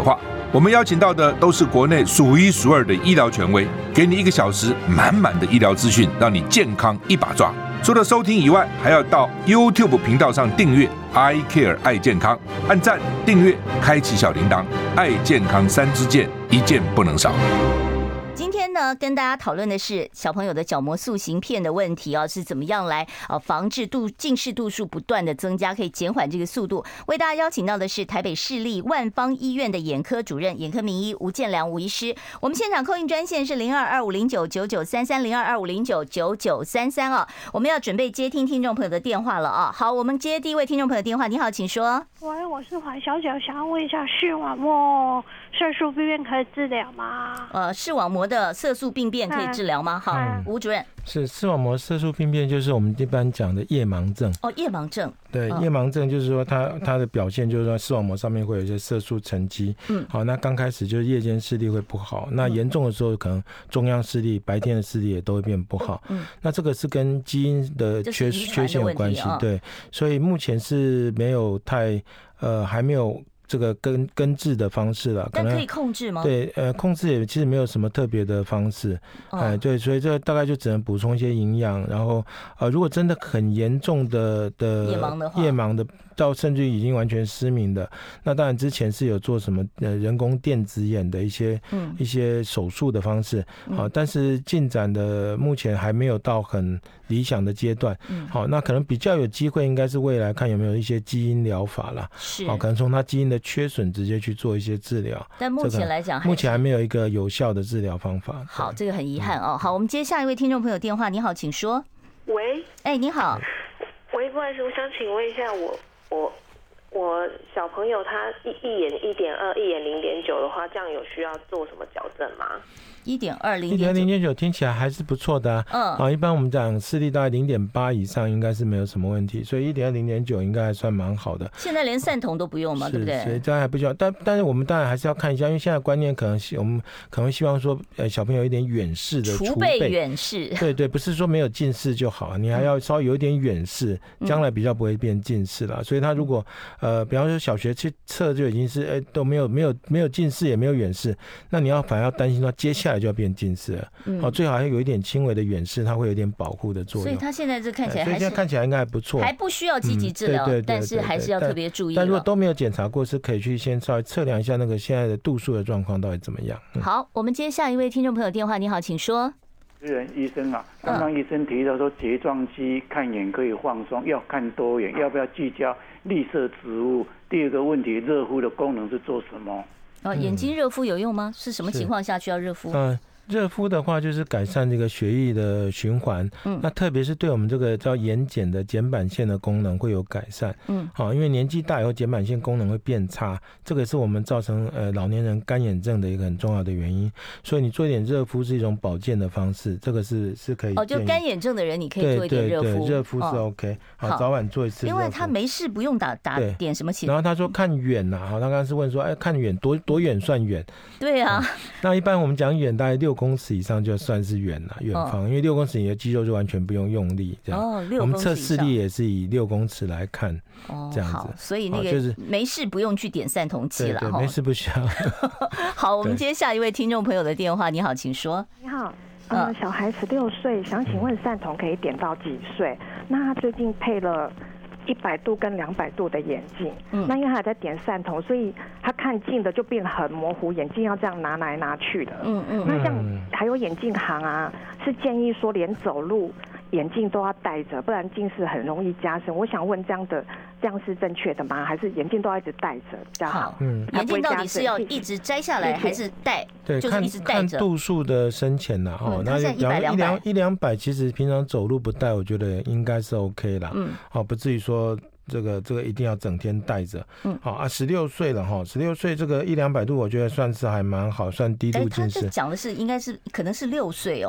我们邀请到的都是国内数一数二的医疗权威，给你一个小时满满的医疗资讯，让你健康一把抓。除了收听以外，还要到 YouTube 频道上订阅 I Care 爱健康，按赞、订阅、开启小铃铛，爱健康三支箭，一件不能少。 今天呢，跟大家讨论的是小朋友的角膜塑形片的问题哦，是怎么样来呃防治度近视度数不断的增加，可以减缓这个速度。为大家邀请到的是台北市立万芳医院的眼科主任、眼科名医吴建良吴医师。我们现场扣印专线是零二二五零九九九三三零二二五零九九九三三哦。我们要准备接听听众朋友的电话了啊。好，我们接第一位听众朋友电话。你好，请说。 喂，我是黄小姐，想要问一下视网膜色素病变可以治疗吗？ 呃，视网膜的色素病变可以治疗吗？好，吴主任。 是视网膜色素病变，就是我们一般讲的夜盲症。 哦，夜盲症。 对，夜盲症就是说它它的表现就是说视网膜上面会有一些色素沉积。嗯，好，那刚开始就是夜间视力会不好，那严重的时候可能中央视力、白天的视力也都会变不好。嗯，那这个是跟基因的缺缺陷有关系。对，所以目前是没有太呃还没有这个根根治的方式了， 但可以控制吗？ 对，呃，控制也其实没有什么特别的方式，哎、哦呃，对，所以这大概就只能补充一些营养，然后呃，如果真的很严重的的夜盲的话， 夜盲的到甚至已经完全失明的，那当然之前是有做什么呃人工电子眼的一些、嗯、一些手术的方式，好、嗯，但是进展的目前还没有到很理想的阶段，嗯，好，那可能比较有机会应该是未来看有没有一些基因疗法啦， 是， 好，可能从他基因的缺损直接去做一些治疗， 但目前来讲、这个， 目前还没有一个有效的治疗方法。 好，这个很遗憾哦。好，我们接下一位听众朋友电话，你好，请说。 喂， 哎、欸，你好。 喂，不好意思，我想请问一下，我我我小朋友他一一眼一点二，一眼零点九的话，这样有需要做什么矫正吗？ 一点二零一点零点九听起来还是不错的、啊，嗯，啊，一般我们讲视力大概零点八以上应该是没有什么问题，所以一点二零点九应该还算蛮好的。 现在连散瞳都不用嘛，对不对？ 所以当然还不需要，但但是我们当然还是要看一下，因为现在观念可能我们可能希望说，呃，小朋友有一点远视的储备， 远视， 对对，不是说没有近视就好，你还要稍微有一点远视，将来比较不会变近视啦。所以他如果呃，比方说小学去测就已经是哎、欸、都没有没有没有近视也没有远视，那你要反而要担心说接下来就要变近视。嗯，好，最好还有一点轻微的远视，它会有点保护的作用。 所以他现在这看起来还是， 所以现在看起来应该还不错， 还不需要积极治疗、嗯，对对对对对，但是还是要特别注意。 但如果都没有检查过，是可以去先稍微测量一下那个现在的度数的状况到底怎么样。 嗯、好，我们接下一位听众朋友电话，你好，请说。 私人医生啊，刚刚医生提到说睫状肌看眼可以放松，要看多远，要不要聚焦绿色植物？第二个问题，热敷的功能是做什么？ 哦，眼睛热敷有用吗？是什么情况下需要热敷？ 嗯。热敷的话，就是改善这个血液的循环，嗯，那特别是对我们这个叫眼睑的睑板腺的功能会有改善，嗯，好，因为年纪大以后睑板腺功能会变差，这个是我们造成呃老年人干眼症的一个很重要的原因，所以你做一点热敷是一种保健的方式，这个是是可以哦，就干眼症的人你可以做一点热敷， 对对对，热敷是 OK，、哦、好，早晚做一次热敷， 因为他没事不用打打点什么钱， 然后他说看远呐、啊，好，他刚刚是问说，哎，看远多多远算远？ 对啊、嗯， 那一般我们讲远大概六公尺以上就算是远了，远方、哦，因为六公尺你的肌肉就完全不用用力，这样。 哦，六公尺以上。 我们测视力也是以六公尺来看，哦，这样子。 好，所以那个就是没事不用去点散瞳器了， 对对，没事不需要。 好，我们接下一位听众朋友的电话，你好，请说。 你好，呃，小孩十六岁，想请问散瞳可以点到几岁？那他最近配了一百度跟两百度的眼镜，嗯，那因为他还在点散瞳，所以他看近的就变得很模糊，眼镜要这样拿来拿去的，嗯嗯。那像还有眼镜行啊，是建议说连走路眼镜都要戴着，不然近视很容易加深。我想问这样的这样是正确的吗？还是眼镜都要一直戴着比较好？ 嗯，眼镜到底是要一直摘下来还是戴？ 对， 就是一直戴着。 看度数的深浅呐，哦，那一两一两百，其实平常走路不戴，我觉得应该是 OK 啦，嗯，好，不至于说。这个这个一定要整天带着，嗯，好啊，十六岁了哈，十六岁这个一两百度，我觉得算是还蛮好，算低度近视。 他讲的是应该是可能是六岁哦。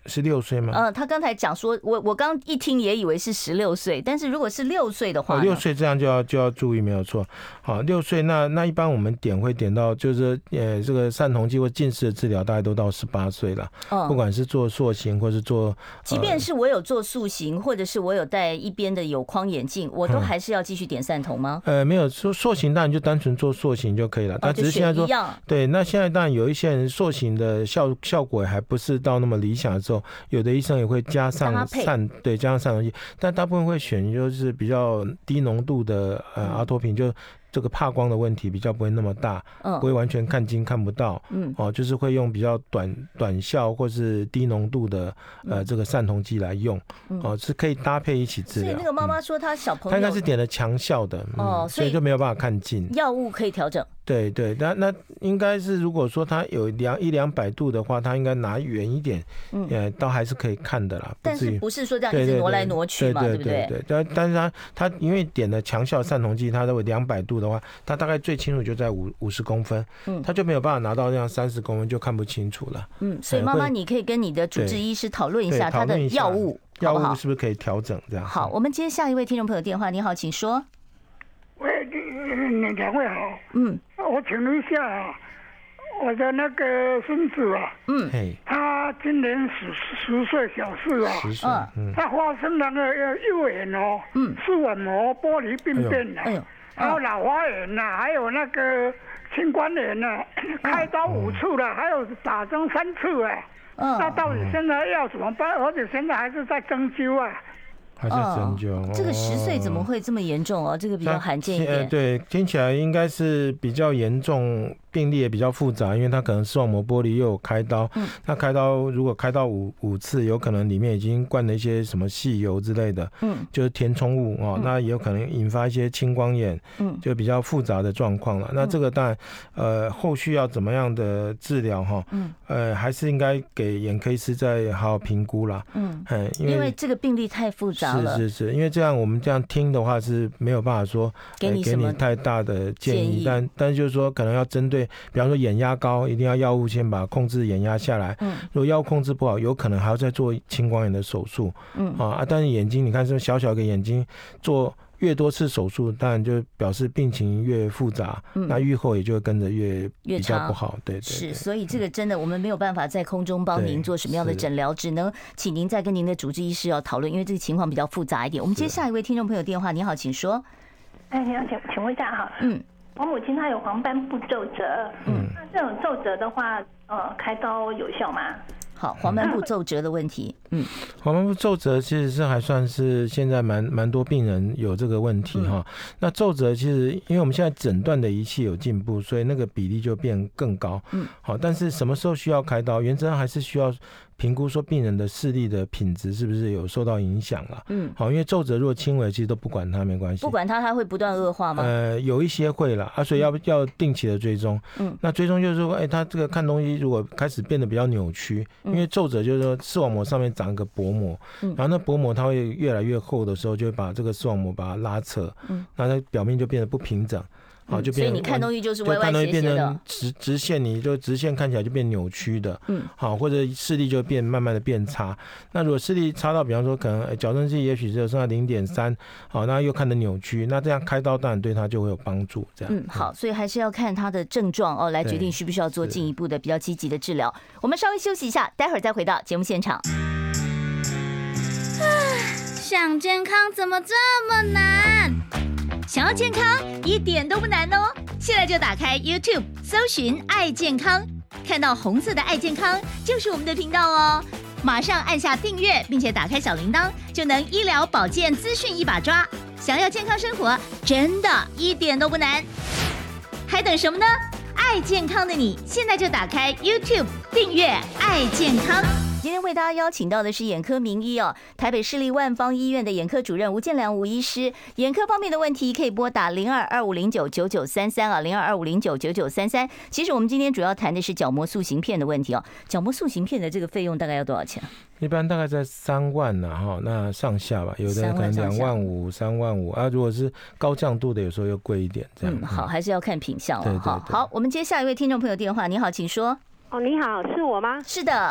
是六岁吗？ 呃，他刚才讲说，我我刚一听也以为是十六岁，但是如果是六岁的话， 六岁这样就要就要注意，没有错。好，六岁那那一般我们点会点到，就是呃这个散瞳剂或近视的治疗，大概都到十八岁了。嗯，不管是做塑形或是做，呃、 即便是我有做塑形，或者是我有戴一边的有框眼镜，我都还是要继续点散瞳吗？ 呃，没有，说塑形当然就单纯做塑形就可以了，但只是现在说，对，那现在当然有一些人塑形的效效果还不是到那么理想的时候，有的医生也会加上散，对，加上散瞳剂，但大部分会选就是比较低浓度的呃阿托品，就这个怕光的问题比较不会那么大，嗯，不会完全看近看不到，嗯，哦，就是会用比较短短效或是低浓度的呃这个散瞳剂来用，哦，是可以搭配一起治疗。 所以那个妈妈说她小朋友， 她应该是点了强效的，哦、嗯，所以就没有办法看近。 药物可以调整。 对对，那那应该是如果说他有两一两百度的话，他应该拿远一点，嗯，呃，倒还是可以看的啦。 但是不是说这样一直挪来挪去嘛，对不对？ 对，但但是他他因为点了强效散瞳剂，他如果两百度的话，他大概最清楚就在五五十公分，嗯，他就没有办法拿到这样三十公分就看不清楚了。 嗯，所以妈妈你可以跟你的主治医师讨论一下他的药物， 药物是不是可以调整这样？ 好，我们接下一位听众朋友电话，你好，请说。 喂，两位好。嗯，我请问一下啊，我的那个孙子啊，嗯，他今年十十岁小四啊，十岁，嗯，他发生那个右眼哦，嗯，视网膜玻璃病变了，哎呦，还有老花眼呐，还有那个青光眼呐，开刀五次了，还有打针三次哎，嗯，那到底现在要怎么办？而且现在还是在针灸啊。 还是针灸、哦， 这个十岁怎么会这么严重哦？这个比较罕见一点。 呃、对，听起来应该是比较严重，病例也比较复杂，因为他可能视网膜玻璃又有开刀，嗯，那开刀如果开刀五五次，有可能里面已经灌了一些什么细油之类的，嗯，就是填充物哦，嗯、那也有可能引发一些青光眼，嗯，就比较复杂的状况了。那这个当然，呃，后续要怎么样的治疗哈，嗯，呃，还是应该给眼科医师再好好评估啦，嗯， 因为因为这个病例太复杂。 是是是，因为这样我们这样听的话是没有办法说给你、呃、 给你太大的建议，但但是就是说可能要针对，比方说眼压高，一定要药物先把控制眼压下来。嗯，如果药物控制不好，有可能还要再做青光眼的手术。嗯啊，但是眼睛你看，这小小的眼睛做越多次手术，当然就表示病情越复杂，嗯、那愈后也就会跟着越比较不好。对 对, 对， 是，所以这个真的我们没有办法在空中帮您做什么样的诊疗，只能请您再跟您的主治医师要讨论，因为这个情况比较复杂一点。我们接下一位听众朋友电话，你好，请说。 哎，你好，请请问一下哈，嗯，我母亲她有黄斑部皱褶，嗯，那这种皱褶的话，呃，开刀有效吗？ 好，黄斑部皱褶的问题，嗯， 黄斑部皱褶其实是还算是现在蛮蛮多病人有这个问题哈、嗯。那皱褶其实因为我们现在诊断的仪器有进步，所以那个比例就变更高，嗯，好，但是什么时候需要开刀？原则上还是需要评估说病人的视力的品质是不是有受到影响了，嗯，好，因为皱褶如果轻微，其实都不管它没关系， 不管它，它会不断恶化吗？ 呃，有一些会啦，啊，所以要要定期的追踪，嗯，那追踪就是说，哎、欸，它这个看东西如果开始变得比较扭曲，因为皱褶就是说视网膜上面长一个薄膜，嗯，然后那薄膜它会越来越厚的时候，就会把这个视网膜把它拉扯，嗯，那它表面就变得不平整。好，就变所以你看东西就是歪歪斜斜的， 就看东西变成直直线，你就直线看起来就变扭曲的，嗯，好，或者视力就变慢慢的变差。那如果视力差到，比方说可能矫正器也许只有剩下零点三，好，那又看得扭曲，那这样开刀当然对他就会有帮助。这样， 嗯，好，所以还是要看他的症状哦，来决定需不需要做进一步的比较积极的治疗。我们稍微休息一下，待会儿再回到节目现场。 想健康怎么这么难？ 想要健康一点都不难哦！现在就打开 YouTube 搜寻爱健康，看到红色的爱健康就是我们的频道哦。马上按下订阅，并且打开小铃铛，就能医疗保健资讯一把抓。想要健康生活，真的一点都不难，还等什么呢？爱健康的你，现在就打开 YouTube 订阅爱健康。今天为大家邀请到的是眼科名医哦，台北市立万芳医院的眼科主任吴建良吴医师。眼科方面的问题可以拨打零二二五零九九九三三啊，零二二五零九九九三三。其实我们今天主要谈的是角膜塑形片的问题哦。角膜塑形片的这个费用大概要多少钱？ 一般大概在三万呐、啊、哈，那上下吧，有的可能两万五、三万五啊。如果是高强度的，有时候又贵一点这样。 嗯，好，还是要看品相了。 对对对。 好，我们接下一位听众朋友电话，你好，请说。 哦，你好，是我吗？ 是的。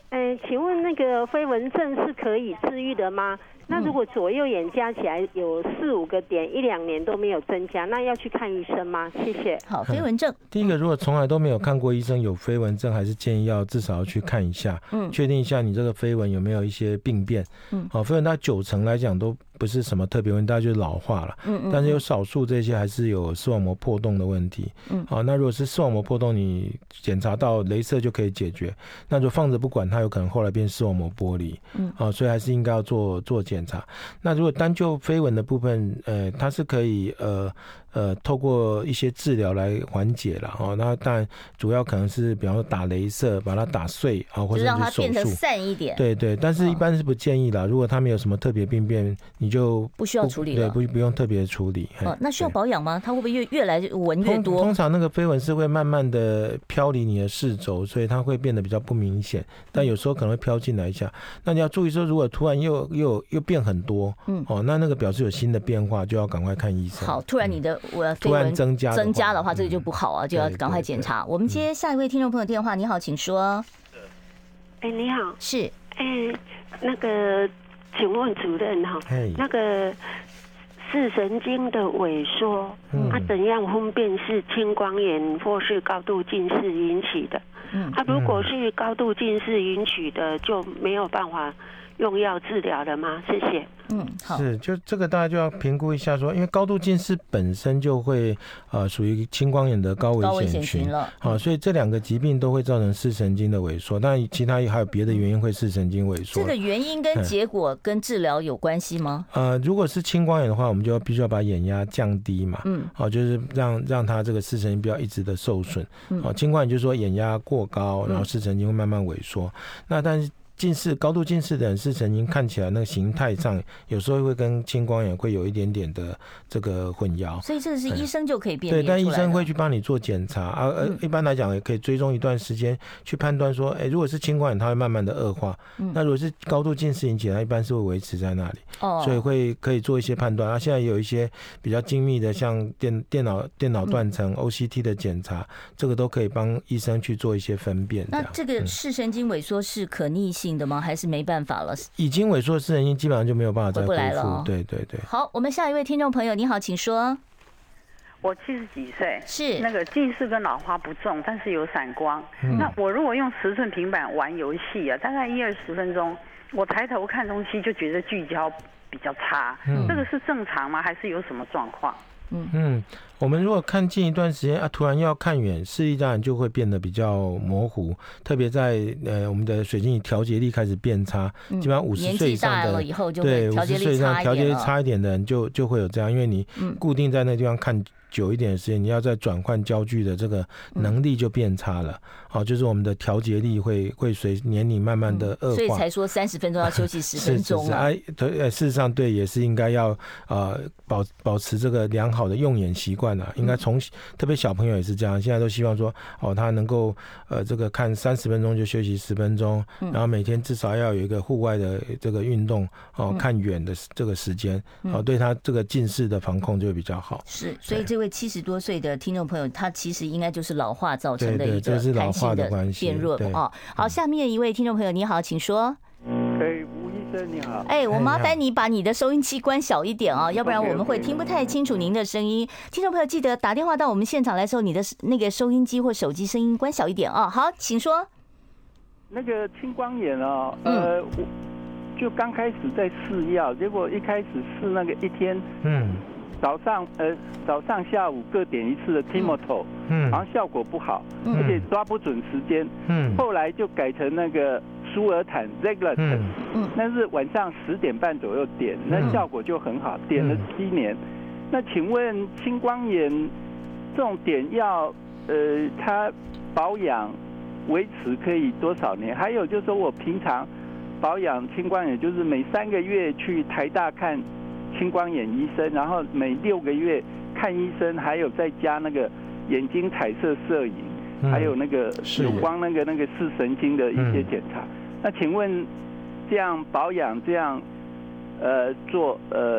嗯，请问那个飞蚊症是可以治愈的吗？那如果左右眼加起来有四五个点，一两年都没有增加，那要去看医生吗？谢谢。 好，飞蚊症。 第一个，如果从来都没有看过医生有飞蚊症，还是建议要至少要去看一下，嗯，确定一下你这个飞蚊有没有一些病变。嗯，好，飞蚊它九成来讲都不是什么特别问题，大概就是老化了。嗯嗯。但是有少数这些还是有视网膜破洞的问题。嗯。好，那如果是视网膜破洞，你检查到雷射就可以解决。那就放着不管，它有可能后来变视网膜剥离。嗯。好，所以还是应该要做做检查。那如果单就飞蚊的部分，呃，它是可以呃呃透过一些治疗来缓解了哦。那当然主要可能是比方说打雷射把它打碎啊，或者是手术， 就让它变得散一点。 对对，但是一般是不建议啦。如果它没有什么特别病变，你就不需要处理了， 对，不不用特别处理。 哦，那需要保养吗？它会不会越越来蚊越多？ 通常那个飞蚊是会慢慢的飘离你的视轴，所以它会变得比较不明显，但有时候可能会飘进来一下。那你要注意说，如果突然又又又变很多，嗯，哦，那那个表示有新的变化，就要赶快看医生。 好，突然你的我突然增加增加的话，这个就不好啊，就要赶快检查。我们接下一位听众朋友电话，你好，请说。 哎，你好， 是， 哎，那个，请问主任哈，那个视神经的萎缩，嗯、啊，怎样分辨是青光眼或是高度近视引起的？嗯，啊，如果是高度近视引起的，就没有办法用药治疗了吗？谢谢。 嗯，好， 是，就这个大家就要评估一下说，因为高度近视本身就会呃属于青光眼的高危险群了，好，所以这两个疾病都会造成视神经的萎缩，但其他还有别的原因会视神经萎缩。 这个原因跟结果跟治疗有关系吗？ 呃，如果是青光眼的话，我们就必须要把眼压降低嘛，嗯，好，就是让让它这个视神经不要一直的受损，好，青光眼就是说眼压过高，然后视神经会慢慢萎缩，那但是近视高度近视的人视神经看起来那个形态上有时候会跟青光眼会有一点点的这个混淆， 所以这个是医生就可以辨别出来的。 对，但医生会去帮你做检查啊，呃、嗯，一般来讲也可以追踪一段时间去判断说，哎、欸，如果是青光眼，它会慢慢的恶化，嗯，那如果是高度近视引起，它一般是会维持在那里，哦，所以会可以做一些判断。啊，现在有一些比较精密的，像电电脑电脑断层、嗯、O C T 的检查，这个都可以帮医生去做一些分辨。 那这个视神经萎缩是可逆性的吗？还是没办法了？ 已经萎缩的视神经基本上就没有办法再恢复， 回不来了哦。 对对对。 好，我们下一位听众朋友，你好，请说。 我七十几岁， 是那个近视跟老花不重，但是有散光。嗯、那我如果用十寸平板玩游戏啊，大概一二十分钟，我抬头看东西就觉得聚焦比较差，嗯、这个是正常吗？还是有什么状况？ 嗯嗯，我们如果看近一段时间啊，突然要看远，视力当然就会变得比较模糊，特别在呃我们的水晶体调节力开始变差，嗯、基本上五十岁以上的对五十岁以上调节力差一点的人就就会有这样，因为你固定在那个地方看久一点的时间，你要再转换焦距的这个能力就变差了。好、嗯哦，就是我们的调节力会会随年龄慢慢的恶化， 所以才说三十分钟要休息十分钟啊。 是是是，事实上对，也是应该要呃保保持这个良好的用眼习惯啊。应该从、嗯、特别小朋友也是这样，现在都希望说哦，他能够呃这个看三十分钟就休息十分钟，嗯、然后每天至少要有一个户外的这个运动哦，嗯、看远的这个时间，哦，对他这个近视的防控就会比较好。 是，所以这位七十多岁的听众朋友，他其实应该就是老化造成的一个弹性的变弱哦。好，下面一位听众朋友，你好，请说。 哎，吴医生你好。 哎，我麻烦你把你的收音机关小一点啊，要不然我们会听不太清楚您的声音。听众朋友记得打电话到我们现场来的时候，你的那个收音机或手机声音关小一点啊。好，请说。 那个青光眼啊，呃，我就刚开始在试药，结果一开始试那个一天，嗯。早上呃早上下午各点一次的 Timotol， 嗯，好像效果不好，嗯、而且抓不准时间，嗯，后来就改成那个舒尔坦 Regulaton， 嗯，那是晚上十点半左右点，那效果就很好，点了七年。嗯、那请问青光眼这种点药，呃，它保养维持可以多少年？还有就是说我平常保养青光眼，就是每三个月去台大看青光眼医生，然后每六个月看医生，还有再加那个眼睛彩色摄影，嗯、还有那个有光那个那个视神经的一些检查。嗯、那请问这样保养这样呃做呃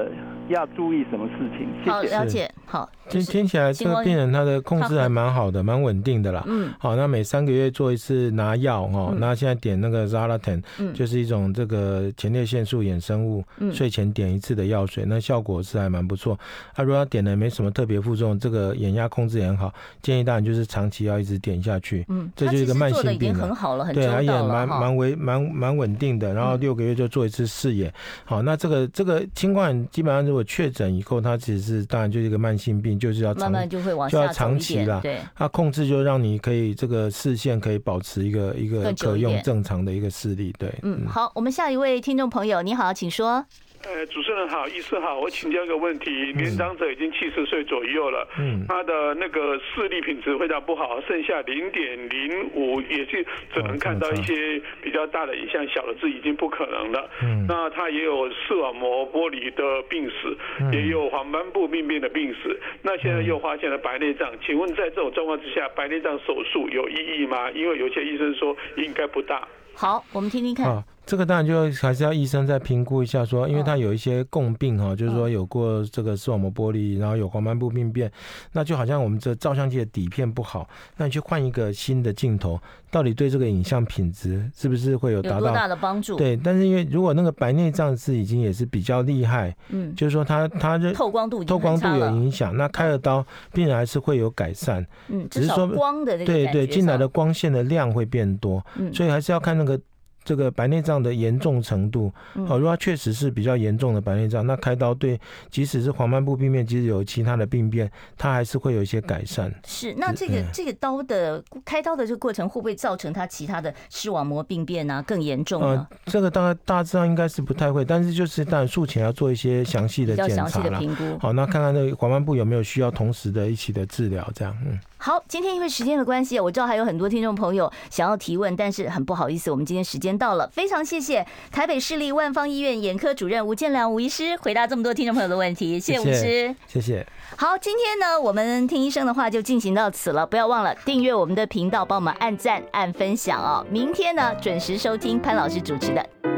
要注意什么事情？谢谢。 好，了解。好， 听听起来这个病人他的控制还蛮好的，蛮稳定的啦。嗯，好，那每三个月做一次拿药哈，那现在点那个 Zalaten， 就是一种这个前列腺素衍生物，睡前点一次的药水，那效果是还蛮不错。啊，如果他点了没什么特别副作用，这个眼压控制也很好，建议当然就是长期要一直点下去。嗯，这就是一个慢性病了。已经很好了，很周到了。 对，而且蛮蛮维蛮蛮稳定的，然后六个月就做一次视野。好，那这个这个青光眼基本上如果确诊以后，它其实是当然就是一个慢性病，就是要慢慢就会往下就要长期啦。 对， 它控制就让你可以这个视线可以保持一个一个可用正常的一个视力。对， 嗯，好，我们下一位听众朋友，你好，请说。 呃，主持人好，医师好，我请教一个问题，年长者已经七十岁左右了，嗯，他的那个视力品质非常不好，剩下零点零五，也是只能看到一些比较大的影像，小的字已经不可能了。嗯，那他也有视网膜剥离的病史，嗯、也有黄斑部病变的病史，那现在又发现了白内障，请问在这种状况之下，白内障手术有意义吗？因为有些医生说应该不大。 好，我们听听看。 这个当然就还是要医生再评估一下说，因为他有一些共病哈，就是说有过这个视网膜剥离，然后有黄斑部病变，那就好像我们这照相机的底片不好，那你去换一个新的镜头，到底对这个影像品质是不是会有达到有多大的帮助？ 对，但是因为如果那个白内障是已经也是比较厉害，嗯，就是说它它透光度透光度有影响，那开了刀病人还是会有改善， 嗯，只是说光的那个对对进来的光线的量会变多，嗯，所以还是要看那个。这个白内障的严重程度，好，如果它确实是比较严重的白内障，那开刀对，即使是黄斑部病变，即使有其他的病变，它还是会有一些改善。 是，那这个、嗯、这个刀的开刀的这个过程，会不会造成它其他的视网膜病变啊更严重呢？ 呃，这个大概大致上应该是不太会，但是就是当然术前要做一些详细的检查啦， 比较详细的评估。 好，那看看那个黄斑部有没有需要同时的一起的治疗，这样，嗯。 好，今天因为时间的关系，我知道还有很多听众朋友想要提问，但是很不好意思，我们今天时间到了。非常谢谢台北市立万芳医院眼科主任吴建良吴医师回答这么多听众朋友的问题，谢谢吴医师， 谢谢。 好，今天呢，我们听医生的话就进行到此了，不要忘了订阅我们的频道，帮我们按赞、按分享哦。明天呢，准时收听潘老师主持的